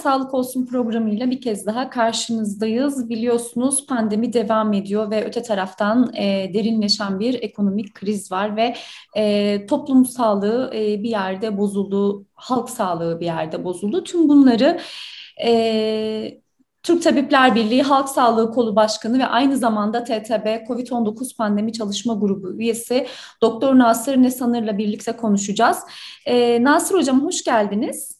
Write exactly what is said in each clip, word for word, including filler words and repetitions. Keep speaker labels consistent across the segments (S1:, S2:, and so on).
S1: Sağlık Olsun programıyla bir kez daha karşınızdayız. Biliyorsunuz pandemi devam ediyor ve öte taraftan e, derinleşen bir ekonomik kriz var ve e, toplum sağlığı e, bir yerde bozuldu, halk sağlığı bir yerde bozuldu. Tüm bunları e, Türk Tabipler Birliği Halk Sağlığı Kolu Başkanı ve aynı zamanda T T B kovid on dokuz Pandemi Çalışma Grubu üyesi Doktor Nasır Nesanır'la birlikte konuşacağız. E, Nasır Hocam hoş geldiniz.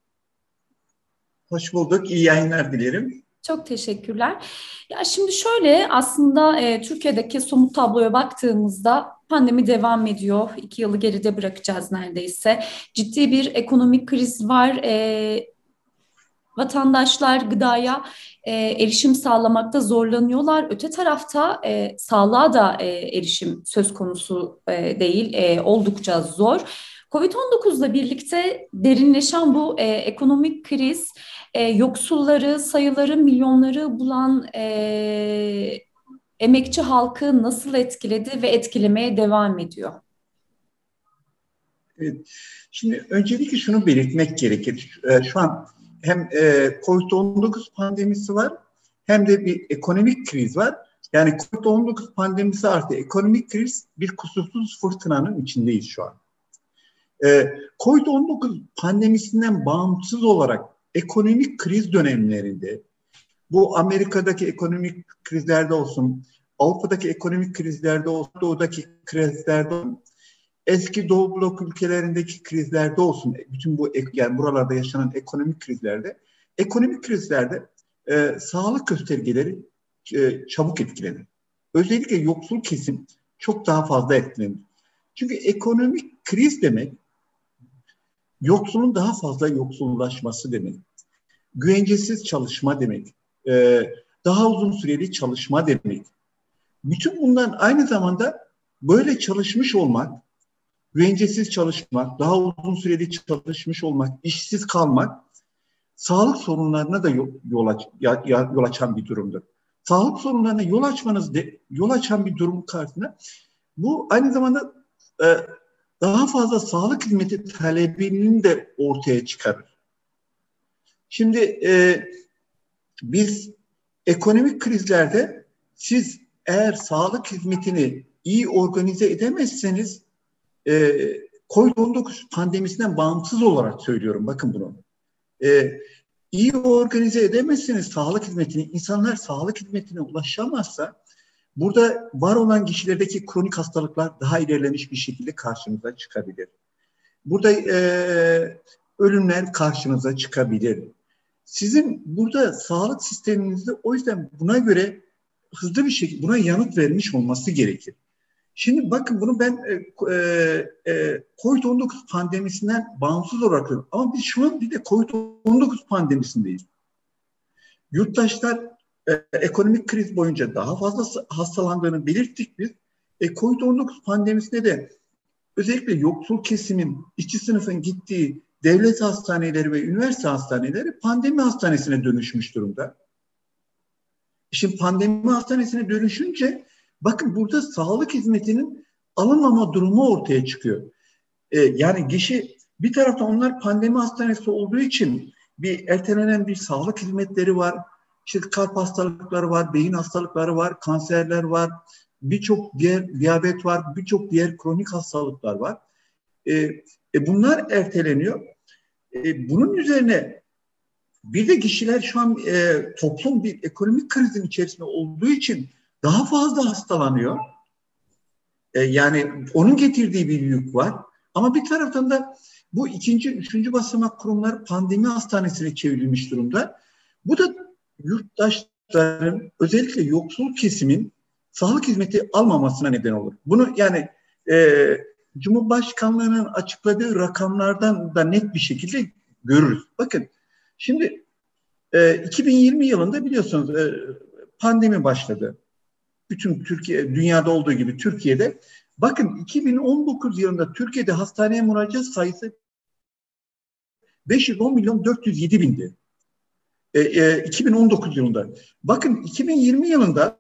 S2: Hoş bulduk. İyi yayınlar dilerim.
S1: Çok teşekkürler. Ya şimdi şöyle aslında e, Türkiye'deki somut tabloya baktığımızda pandemi devam ediyor. İki yılı geride bırakacağız neredeyse. Ciddi bir ekonomik kriz var. E, vatandaşlar gıdaya e, erişim sağlamakta zorlanıyorlar. Öte tarafta e, sağlığa da e, erişim söz konusu e, değil, e, oldukça zor. kovid on dokuzla birlikte derinleşen bu e, ekonomik kriz, e, yoksulları, sayıları milyonları bulan e, emekçi halkı nasıl etkiledi ve etkilemeye devam ediyor?
S2: Evet. Şimdi öncelikle şunu belirtmek gerekir. E, şu an hem e, kovid on dokuz pandemisi var hem de bir ekonomik kriz var. Yani kovid on dokuz pandemisi artı ekonomik kriz bir kusursuz fırtınanın içindeyiz şu an. E, kovid on dokuz pandemisinden bağımsız olarak ekonomik kriz dönemlerinde bu Amerika'daki ekonomik krizlerde olsun, Avrupa'daki ekonomik krizlerde olsun, Doğu'daki krizlerde olsun, eski Doğu blok ülkelerindeki krizlerde olsun, bütün bu yani buralarda yaşanan ekonomik krizlerde, ekonomik krizlerde e, sağlık göstergeleri e, çabuk etkilenir. Özellikle yoksul kesim çok daha fazla etkilenir. Çünkü ekonomik kriz demek, yoksulun daha fazla yoksullaşması demek, güvencesiz çalışma demek, e, daha uzun süreli çalışma demek. Bütün bunların aynı zamanda böyle çalışmış olmak, güvencesiz çalışmak, daha uzun süreli çalışmış olmak, işsiz kalmak sağlık sorunlarına da yol, yol, aç, ya, yol açan bir durumdur. Sağlık sorunlarına yol açmanız de, yol açan bir durum karşısında bu aynı zamanda e, daha fazla sağlık hizmeti talebinin de ortaya çıkarır. Şimdi e, biz ekonomik krizlerde siz eğer sağlık hizmetini iyi organize edemezseniz e, kovid on dokuz pandemisinden bağımsız olarak söylüyorum. Bakın bunu. E, iyi organize edemezseniz sağlık hizmetini, insanlar sağlık hizmetine ulaşamazsa burada var olan kişilerdeki kronik hastalıklar daha ilerlemiş bir şekilde karşınıza çıkabilir. Burada e, ölümler karşınıza çıkabilir. Sizin burada sağlık sisteminizde o yüzden buna göre hızlı bir şekilde buna yanıt vermiş olması gerekir. Şimdi bakın bunu ben e, e, kovid on dokuz pandemisinden bağımsız olarak söylüyorum. Ama biz şu an bir de kovid on dokuz pandemisindeyiz. Yurttaşlar e, ekonomik kriz boyunca daha fazla hastalandığını belirttik biz. E, kovid on dokuz pandemisinde de özellikle yoksul kesimin, işçi sınıfın gittiği devlet hastaneleri ve üniversite hastaneleri pandemi hastanesine dönüşmüş durumda. Şimdi pandemi hastanesine dönüşünce bakın burada sağlık hizmetinin alınmama durumu ortaya çıkıyor. Ee, yani kişi bir taraftan onlar pandemi hastanesi olduğu için bir ertelenen bir sağlık hizmetleri var. İşte kalp hastalıkları var, beyin hastalıkları var, kanserler var, birçok diğer diyabet var, birçok diğer kronik hastalıklar var. Ee, e, bunlar erteleniyor. E, bunun üzerine bir de kişiler şu an e, toplum bir ekonomik krizin içerisinde olduğu için daha fazla hastalanıyor. E, yani onun getirdiği bir yük var. Ama bir taraftan da bu ikinci, üçüncü basamak kurumlar pandemi hastanesine çevrilmiş durumda. Bu da yurttaşların özellikle yoksul kesimin sağlık hizmeti almamasına neden olur. Bunu yani e, Cumhurbaşkanlığı'nın açıkladığı rakamlardan da net bir şekilde görürüz. Bakın şimdi e, iki bin yirmi yılında biliyorsunuz e, pandemi başladı. Bütün Türkiye, dünyada olduğu gibi Türkiye'de. Bakın iki bin on dokuz yılında Türkiye'de hastaneye müracaat sayısı beş yüz on milyon dört yüz yedi bindi. E, e, iki bin on dokuz yılında. Bakın iki bin yirmi yılında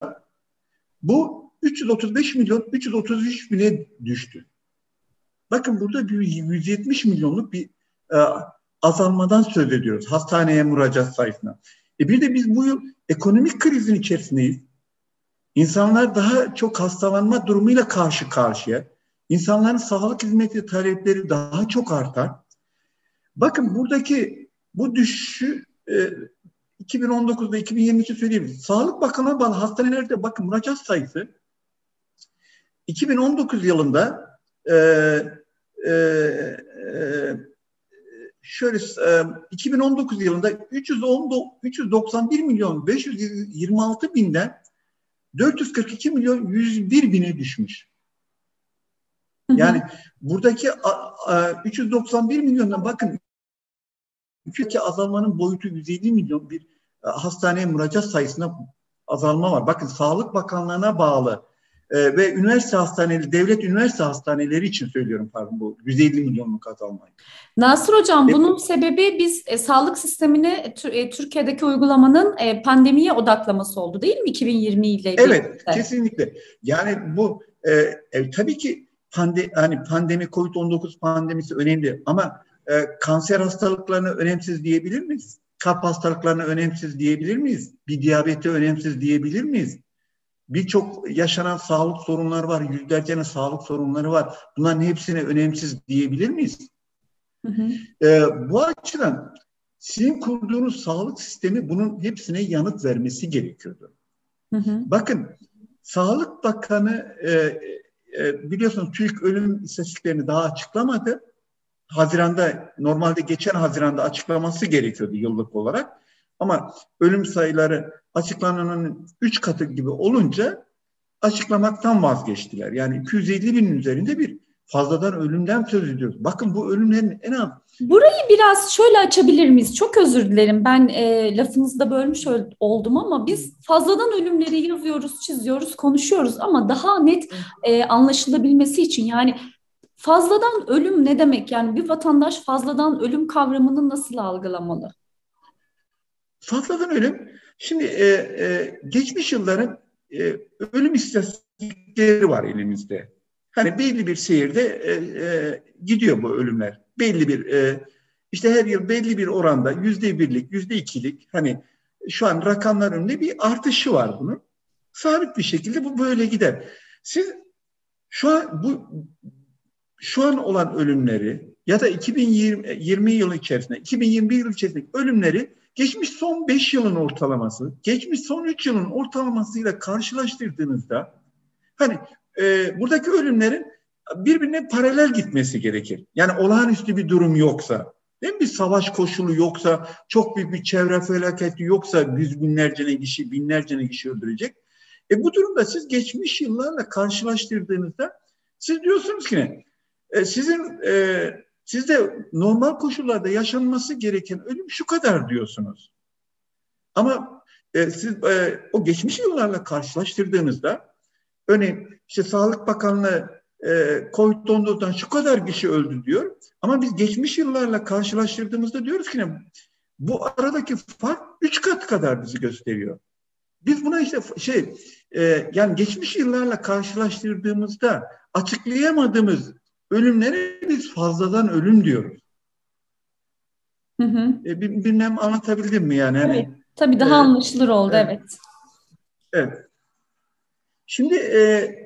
S2: bu üç yüz otuz beş milyon üç yüz otuz üç bine düştü. Bakın burada bir yüz yetmiş milyonluk bir e, azalmadan söz ediyoruz. Hastaneye müracaat sayısına. E bir de biz bu yıl ekonomik krizin içerisindeyiz. İnsanlar daha çok hastalanma durumuyla karşı karşıya. İnsanların sağlık hizmeti talepleri daha çok artar. Bakın buradaki bu düşüşü e, iki bin on dokuzda iki bin yirmi iki söyleyebiliriz. Sağlık Bakanı'na bağlı hastanelerde bakın müracaat sayısı iki bin on dokuz yılında e, e, e, şöyle e, iki bin on dokuz yılında üç yüz on, üç yüz doksan bir milyon beş yüz yirmi altı binden dört yüz kırk iki milyon yüz bir bine düşmüş. Yani hı hı. buradaki a, a, üç yüz doksan bir milyondan bakın ülkedeki azalmanın boyutu yüz elli milyon bir a, hastaneye müracaat sayısında azalma var. Bakın Sağlık Bakanlığı'na bağlı e, ve üniversite hastaneleri, devlet üniversite hastaneleri için söylüyorum pardon bu yüz elli milyonluk azalmayı.
S1: Nasır Hocam, bunun e, sebebi biz e, sağlık sistemini e, Türkiye'deki uygulamanın e, pandemiye odaklaması oldu değil mi iki bin yirmi ile?
S2: Evet, birlikte. Kesinlikle. Yani bu e, e, tabii ki pande, hani pandemi, kovid on dokuz pandemisi önemli ama e, kanser hastalıklarını önemsiz diyebilir miyiz? Kalp hastalıklarını önemsiz diyebilir miyiz? Bir diyabeti önemsiz diyebilir miyiz? Birçok yaşanan sağlık sorunları var, yüzlerce sağlık sorunları var. Bunların hepsine önemsiz diyebilir miyiz? Hı hı. E, bu açıdan sizin kurduğunuz sağlık sistemi bunun hepsine yanıt vermesi gerekiyordu. Hı hı. Bakın Sağlık Bakanı e, e, biliyorsunuz TÜİK ölüm istatistiklerini daha açıklamadı. Haziran'da normalde geçen Haziran'da açıklaması gerekiyordu yıllık olarak. Ama ölüm sayıları açıklananın üç katı gibi olunca açıklamaktan vazgeçtiler. Yani iki yüz elli binin üzerinde bir fazladan ölümden söz ediyoruz. Bakın bu ölümlerin en az...
S1: Burayı biraz şöyle açabilir miyiz? Çok özür dilerim. Ben e, lafınızı da bölmüş oldum ama biz fazladan ölümleri yazıyoruz, çiziyoruz, konuşuyoruz ama daha net e, anlaşılabilmesi için yani fazladan ölüm ne demek? Yani bir vatandaş fazladan ölüm kavramını nasıl algılamalı?
S2: Fazladan ölüm, şimdi e, e, geçmiş yılların e, ölüm istatistikleri var elimizde. Hani belli bir seyirde e, e, gidiyor bu ölümler. Belli bir e, işte her yıl belli bir oranda yüzde birlik, yüzde ikilik hani şu an rakamlar önünde bir artışı var bunun. Sabit bir şekilde bu böyle gider. Siz şu an bu şu an olan ölümleri ya da iki bin yirmi yılı içerisinde, iki bin yirmi bir yıl içerisinde ölümleri geçmiş son beş yılın ortalaması, geçmiş son üç yılın ortalamasıyla karşılaştırdığınızda hani e, buradaki ölümlerin birbirine paralel gitmesi gerekir. Yani olağanüstü bir durum yoksa, değil mi? Bir savaş koşulu yoksa, çok büyük bir çevre felaketi yoksa yüz binlerce kişi, binlerce kişi öldürecek. E bu durumda siz geçmiş yıllarla karşılaştırdığınızda siz diyorsunuz ki ne? E, sizin e, sizde normal koşullarda yaşanması gereken ölüm şu kadar diyorsunuz. Ama e, siz e, o geçmiş yıllarla karşılaştırdığınızda örneğin işte Sağlık Bakanlığı e, kovid on dokuzdan şu kadar kişi öldü diyor. Ama biz geçmiş yıllarla karşılaştırdığımızda diyoruz ki ne? Bu aradaki fark üç kat kadar bizi gösteriyor. Biz buna işte şey e, yani geçmiş yıllarla karşılaştırdığımızda açıklayamadığımız ölümlere biz fazladan ölüm diyoruz. Hı hı. E, bilmem anlatabildim mi yani?
S1: Tabii, yani, tabii daha e, anlaşılır oldu, evet. Evet.
S2: evet. Şimdi e,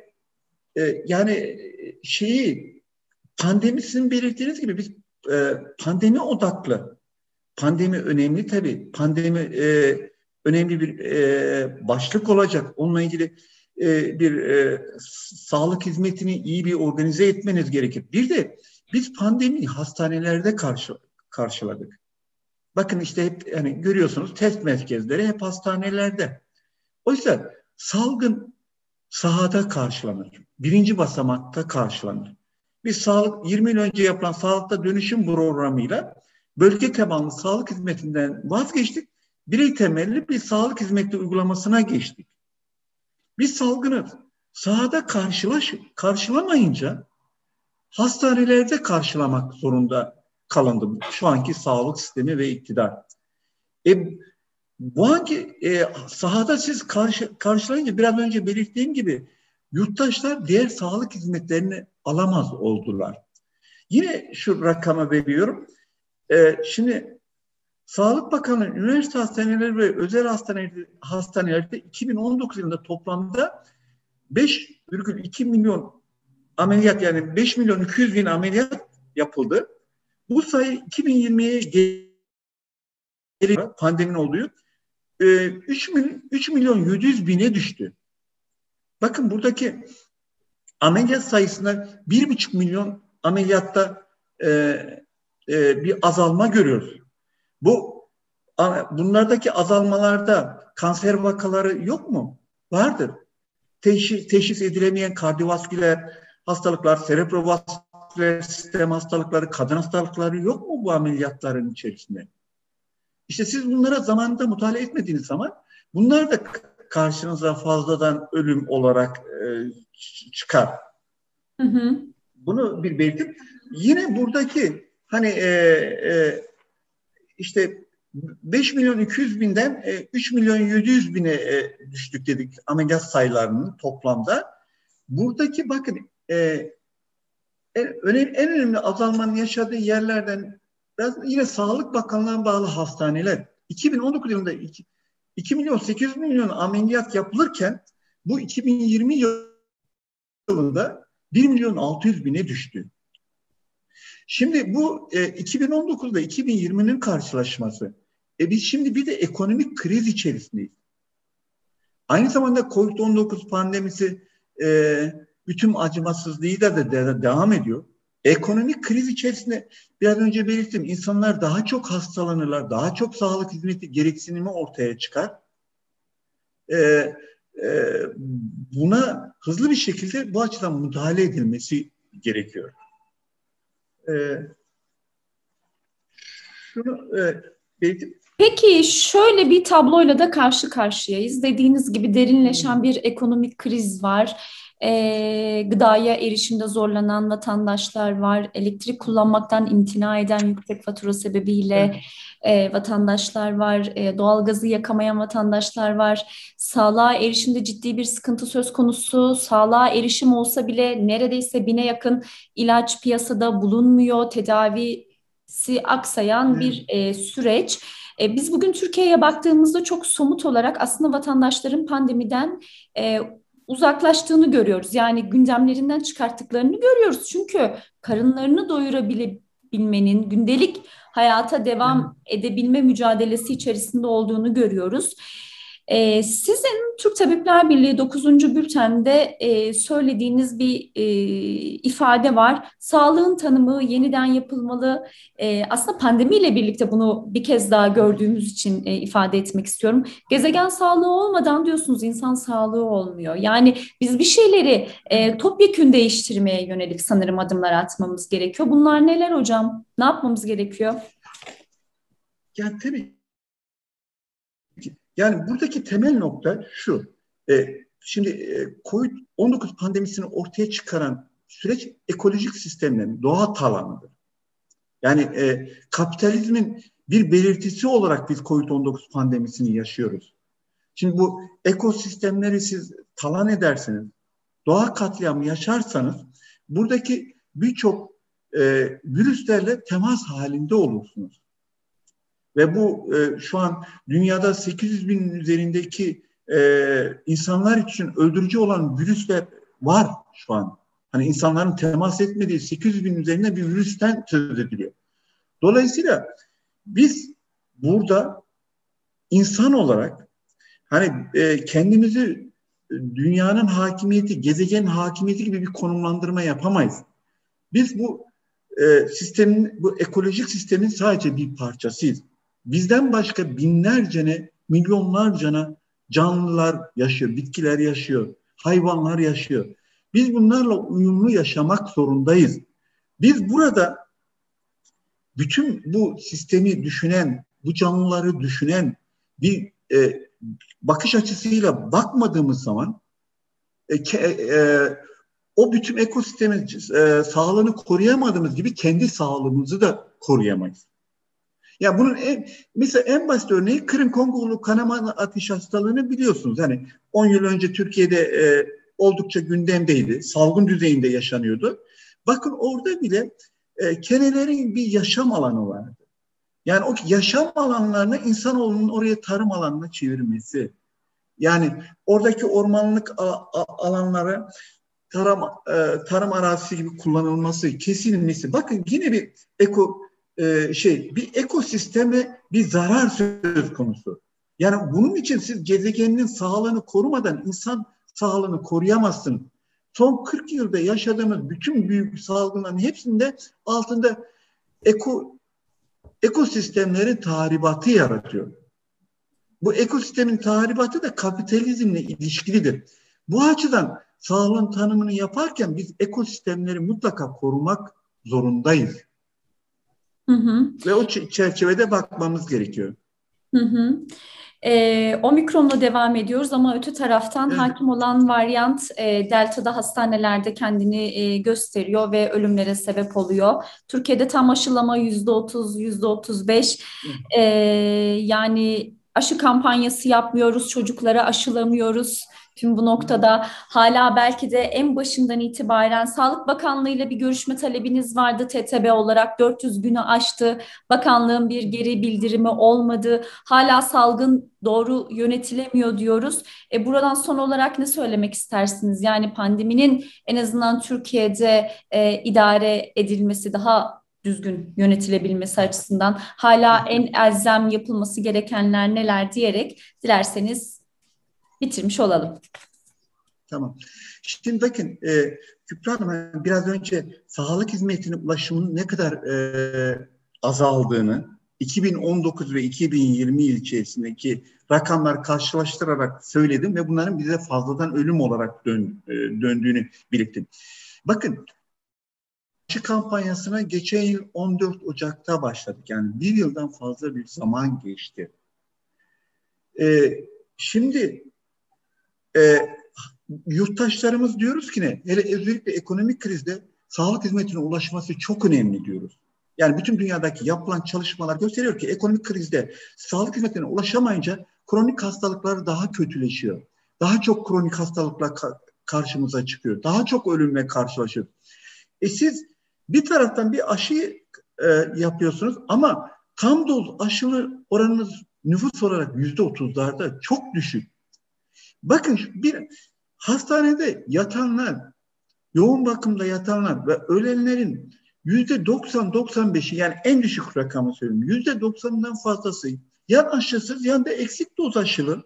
S2: e, yani şeyi pandemisinin belirttiğiniz gibi biz e, pandemi odaklı. Pandemi önemli tabii. Pandemi e, önemli bir e, başlık olacak. Onunla ilgili e, bir e, sağlık hizmetini iyi bir organize etmeniz gerekir. Bir de biz pandemiyi hastanelerde karşı, karşıladık. Bakın işte hep hani görüyorsunuz test merkezleri hep hastanelerde. Oysa salgın sahada karşılanır. Birinci basamakta karşılanır. Biz sağlık yirmi yıl önce yapılan sağlıkta dönüşüm programıyla bölge temelli sağlık hizmetinden vazgeçtik. Birey temelli bir sağlık hizmeti uygulamasına geçtik. Biz salgını sahada karşılaş, karşılamayınca hastanelerde karşılamak zorunda kalındı şu anki sağlık sistemi ve iktidar. E, bu anki e, sahada siz karşı, karşılayınca biraz önce belirttiğim gibi yurttaşlar diğer sağlık hizmetlerini alamaz oldular. Yine şu rakamı veriyorum. E, şimdi Sağlık Bakanlığı üniversite hastaneleri ve özel hastaneleri, hastanelerde iki bin on dokuz yılında toplamda beş virgül iki milyon ameliyat, yani beş milyon iki yüz bin ameliyat yapıldı. Bu sayı iki bin yirmiye geri pandeminin olduğu üç milyon yedi yüz bine düştü. Bakın buradaki ameliyat sayısında bir buçuk milyon ameliyatta e, e, bir azalma görüyoruz. Bu bunlardaki azalmalarda kanser vakaları yok mu? Vardır. Teşhis, teşhis edilemeyen kardiyovasküler hastalıklar, serebrovasküler sistem hastalıkları, kadın hastalıkları yok mu bu ameliyatların içerisinde? İşte siz bunlara zamanında müdahale etmediğiniz zaman bunlar da karşınıza fazladan ölüm olarak e, çıkar. Hı hı. Bunu bir belirtip yine buradaki hani e, e, işte beş milyon iki yüz binden üç milyon yedi yüz bine düştük dedik ameliyat sayılarının toplamda. Buradaki bakın e, en, önemli, en önemli azalmanın yaşadığı yerlerden biraz yine Sağlık Bakanlığı'na bağlı hastaneler. iki bin on dokuz yılında iki milyon sekiz yüz milyon ameliyat yapılırken bu iki bin yirmi yılında bir milyon altı yüz bine düştü. Şimdi bu e, iki bin on dokuzda iki bin yirminin karşılaşması. E biz şimdi bir de ekonomik kriz içerisindeyiz. Aynı zamanda kovid on dokuz pandemisi e, bütün acımasızlığıyla da de, devam ediyor. Ekonomik kriz içerisinde biraz önce belirttim, insanlar daha çok hastalanırlar, daha çok sağlık hizmeti gereksinimi ortaya çıkar. E, e, buna hızlı bir şekilde bu açıdan müdahale edilmesi gerekiyor. E, şunu e, belirtip
S1: Peki şöyle bir tabloyla da karşı karşıyayız. Dediğiniz gibi derinleşen bir ekonomik kriz var. E, gıdaya erişimde zorlanan vatandaşlar var. Elektrik kullanmaktan imtina eden yüksek fatura sebebiyle e, vatandaşlar var. E, doğalgazı yakamayan vatandaşlar var. Sağlığa erişimde ciddi bir sıkıntı söz konusu. Sağlığa erişim olsa bile neredeyse bine yakın ilaç piyasada bulunmuyor. Tedavisi aksayan bir e, süreç. E, biz bugün Türkiye'ye baktığımızda çok somut olarak aslında vatandaşların pandemiden e, uzaklaştığını görüyoruz. Yani gündemlerinden çıkarttıklarını görüyoruz. Çünkü karınlarını doyurabilmenin, gündelik hayata devam edebilme mücadelesi içerisinde olduğunu görüyoruz. Ee, sizin Türk Tabipler Birliği dokuzuncu bültende e, söylediğiniz bir e, ifade var. Sağlığın tanımı yeniden yapılmalı. E, aslında pandemiyle birlikte bunu bir kez daha gördüğümüz için e, ifade etmek istiyorum. Gezegen sağlığı olmadan diyorsunuz insan sağlığı olmuyor. Yani biz bir şeyleri e, topyekün değiştirmeye yönelik sanırım adımlar atmamız gerekiyor. Bunlar neler hocam? Ne yapmamız gerekiyor?
S2: Yani tabii. Yani buradaki temel nokta şu. E, şimdi e, kovid on dokuz pandemisini ortaya çıkaran süreç ekolojik sistemlerin, doğa talanıdır. Yani e, kapitalizmin bir belirtisi olarak biz kovid on dokuz pandemisini yaşıyoruz. Şimdi bu ekosistemleri siz talan ederseniz, doğa katliamı yaşarsanız buradaki birçok e, virüslerle temas halinde olursunuz. Ve bu e, şu an dünyada sekiz yüz binin üzerindeki e, insanlar için öldürücü olan virüsler var şu an. Hani insanların temas etmediği sekiz yüz binin üzerinde bir virüsten söz ediliyor. Dolayısıyla biz burada insan olarak hani e, kendimizi dünyanın hakimiyeti, gezegenin hakimiyeti gibi bir konumlandırma yapamayız. Biz bu e, sistemin, bu ekolojik sistemin sadece bir parçasıyız. Bizden başka binlerce, milyonlarca canlılar yaşıyor, bitkiler yaşıyor, hayvanlar yaşıyor. Biz bunlarla uyumlu yaşamak zorundayız. Biz burada bütün bu sistemi düşünen, bu canlıları düşünen bir e, bakış açısıyla bakmadığımız zaman e, ke, e, o bütün ekosistemin e, sağlığını koruyamadığımız gibi kendi sağlığımızı da koruyamayız. Ya bunun en, mesela en basit örneği Kırım Kongolu kanama ateşi hastalığını biliyorsunuz. Hani on yıl önce Türkiye'de e, oldukça gündemdeydi. Salgın düzeyinde yaşanıyordu. Bakın orada bile e, kenelerin bir yaşam alanı vardı. Yani o yaşam alanlarını insanoğlunun oraya tarım alanına çevirmesi. Yani oradaki ormanlık alanlara tarım, e, tarım arazisi gibi kullanılması, kesilmesi. Bakın yine bir eko e, şey, bir ekosisteme bir zarar söz konusu. Yani bunun için siz gezegenin sağlığını korumadan insan sağlığını koruyamazsınız. Son kırk yılda yaşadığımız bütün büyük salgınların hepsinde altında eko ekosistemlerin tahribatı yaratıyor. Bu ekosistemin tahribatı da kapitalizmle ilişkilidir. Bu açıdan sağlığın tanımını yaparken biz ekosistemleri mutlaka korumak zorundayız.
S1: Hı hı.
S2: Ve o çerçevede bakmamız gerekiyor.
S1: Hı hı. Ee, omikronla devam ediyoruz ama öte taraftan
S2: Evet.
S1: hakim olan varyant e, Delta'da hastanelerde kendini e, gösteriyor ve ölümlere sebep oluyor. Türkiye'de tam aşılama yüzde otuz, yüzde otuz beş. Ee, yani aşı kampanyası yapmıyoruz, çocuklara aşılamıyoruz. Tüm bu noktada hala belki de en başından itibaren Sağlık Bakanlığı ile bir görüşme talebiniz vardı T T B olarak dört yüz günü aştı. Bakanlığın bir geri bildirimi olmadı. Hala salgın doğru yönetilemiyor diyoruz. E, buradan son olarak ne söylemek istersiniz? Yani pandeminin en azından Türkiye'de e, idare edilmesi, daha düzgün yönetilebilmesi açısından hala en elzem yapılması gerekenler neler diyerek dilerseniz bitirmiş olalım.
S2: Tamam. Şimdi bakın e, Kübra Hanım biraz önce sağlık hizmetine ulaşımın ne kadar e, azaldığını iki bin on dokuz ve iki bin yirmi yıl içerisindeki rakamlar karşılaştırarak söyledim ve bunların bize fazladan ölüm olarak dön, e, döndüğünü belirttim. Bakın aşı kampanyasına geçen yıl on dört Ocak'ta başladık. Yani bir yıldan fazla bir zaman geçti. E, şimdi e, yurttaşlarımız diyoruz ki ne? Hele özellikle ekonomik krizde sağlık hizmetine ulaşması çok önemli diyoruz. Yani bütün dünyadaki yapılan çalışmalar gösteriyor ki ekonomik krizde sağlık hizmetine ulaşamayınca kronik hastalıklar daha kötüleşiyor. Daha çok kronik hastalıklar ka- karşımıza çıkıyor. Daha çok ölümle karşılaşıyoruz. E siz bir taraftan bir aşı e, yapıyorsunuz ama tam doz aşılı oranınız nüfus olarak yüzde otuzlarda çok düşük. Bakın bir hastanede yatanlar, yoğun bakımda yatanlar ve ölenlerin yüzde doksan doksan beşi, yani en düşük rakamı söyleyeyim, yüzde doksanından fazlası ya aşısız ya da eksik doz aşılı.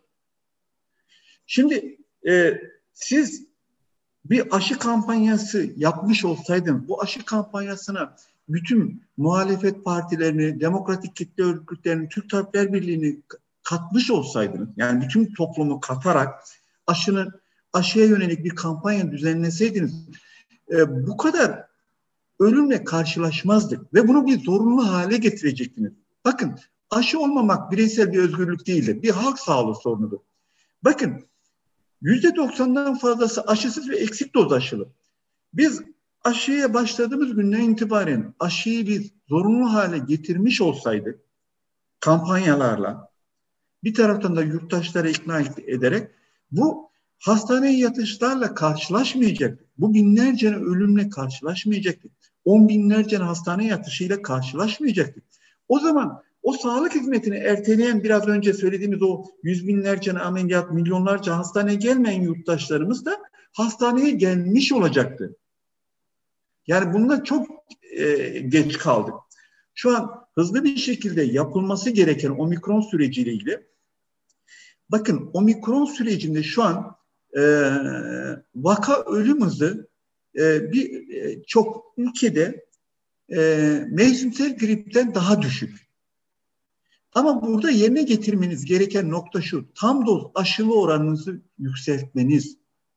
S2: Şimdi e, siz bir aşı kampanyası yapmış olsaydınız, bu aşı kampanyasına bütün muhalefet partilerini, demokratik kitle örgütlerini, Türk Tabipler Birliği'ni katmış olsaydınız, yani bütün toplumu katarak aşının aşıya yönelik bir kampanya düzenleseydiniz, e, bu kadar ölümle karşılaşmazdık ve bunu bir zorunlu hale getirecektiniz. Bakın, aşı olmamak bireysel bir özgürlük değildir, bir halk sağlığı sorunudur. Bakın, yüzde doksandan fazlası aşısız ve eksik doz aşılı. Biz aşıya başladığımız günden itibaren aşıyı biz zorunlu hale getirmiş olsaydık kampanyalarla, bir taraftan da yurttaşları ikna ederek bu hastaneye yatışlarla karşılaşmayacaktık. Bu binlerce ölümle karşılaşmayacaktık. On binlerce hastane yatışıyla karşılaşmayacaktık. O zaman o sağlık hizmetini erteleyen, biraz önce söylediğimiz o yüz binlerce ameliyat, milyonlarca hastaneye gelmeyen yurttaşlarımız da hastaneye gelmiş olacaktı. Yani bununla çok e, geç kaldık. Şu an hızlı bir şekilde yapılması gereken omikron süreciyle ilgili, bakın omikron sürecinde şu an e, vaka ölüm hızı e, bir e, çok ülkede e, mevsimsel gripten daha düşük. Ama burada yerine getirmeniz gereken nokta şu: tam doz aşılı oranınızı yükseltmeniz.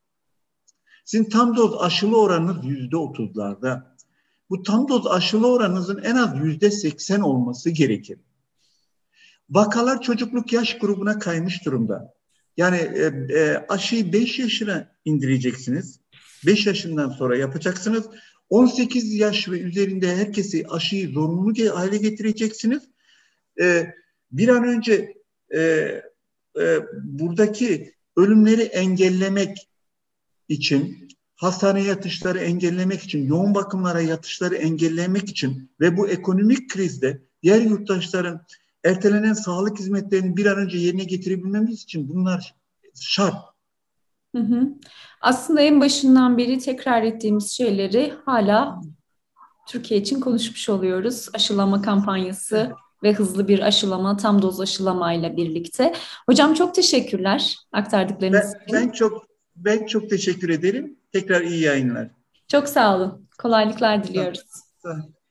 S2: Sizin tam doz aşılı oranınız yüzde otuzlarda. Bu tam doz aşılı oranınızın en az yüzde seksen olması gerekir. Vakalar çocukluk yaş grubuna kaymış durumda. Yani e, e, aşıyı beş yaşına indireceksiniz. beş yaşından sonra yapacaksınız. on sekiz yaş ve üzerinde herkesi aşıyı zorunlu hale getireceksiniz. E, bir an önce e, e, buradaki ölümleri engellemek için, hastaneye yatışları engellemek için, yoğun bakımlara yatışları engellemek için ve bu ekonomik krizde diğer yurttaşların ertelenen sağlık hizmetlerini bir an önce yerine getirebilmemiz için bunlar şart.
S1: Hı hı. Aslında en başından beri tekrar ettiğimiz şeyleri hala Türkiye için konuşmuş oluyoruz. Aşılama kampanyası ve hızlı bir aşılama, tam doz aşılamayla birlikte. Hocam çok teşekkürler aktardıklarınız
S2: Ben,
S1: için.
S2: ben çok ben çok teşekkür ederim. Tekrar iyi yayınlar.
S1: Çok sağ olun. Kolaylıklar
S2: Sağ,
S1: diliyoruz.
S2: sağ.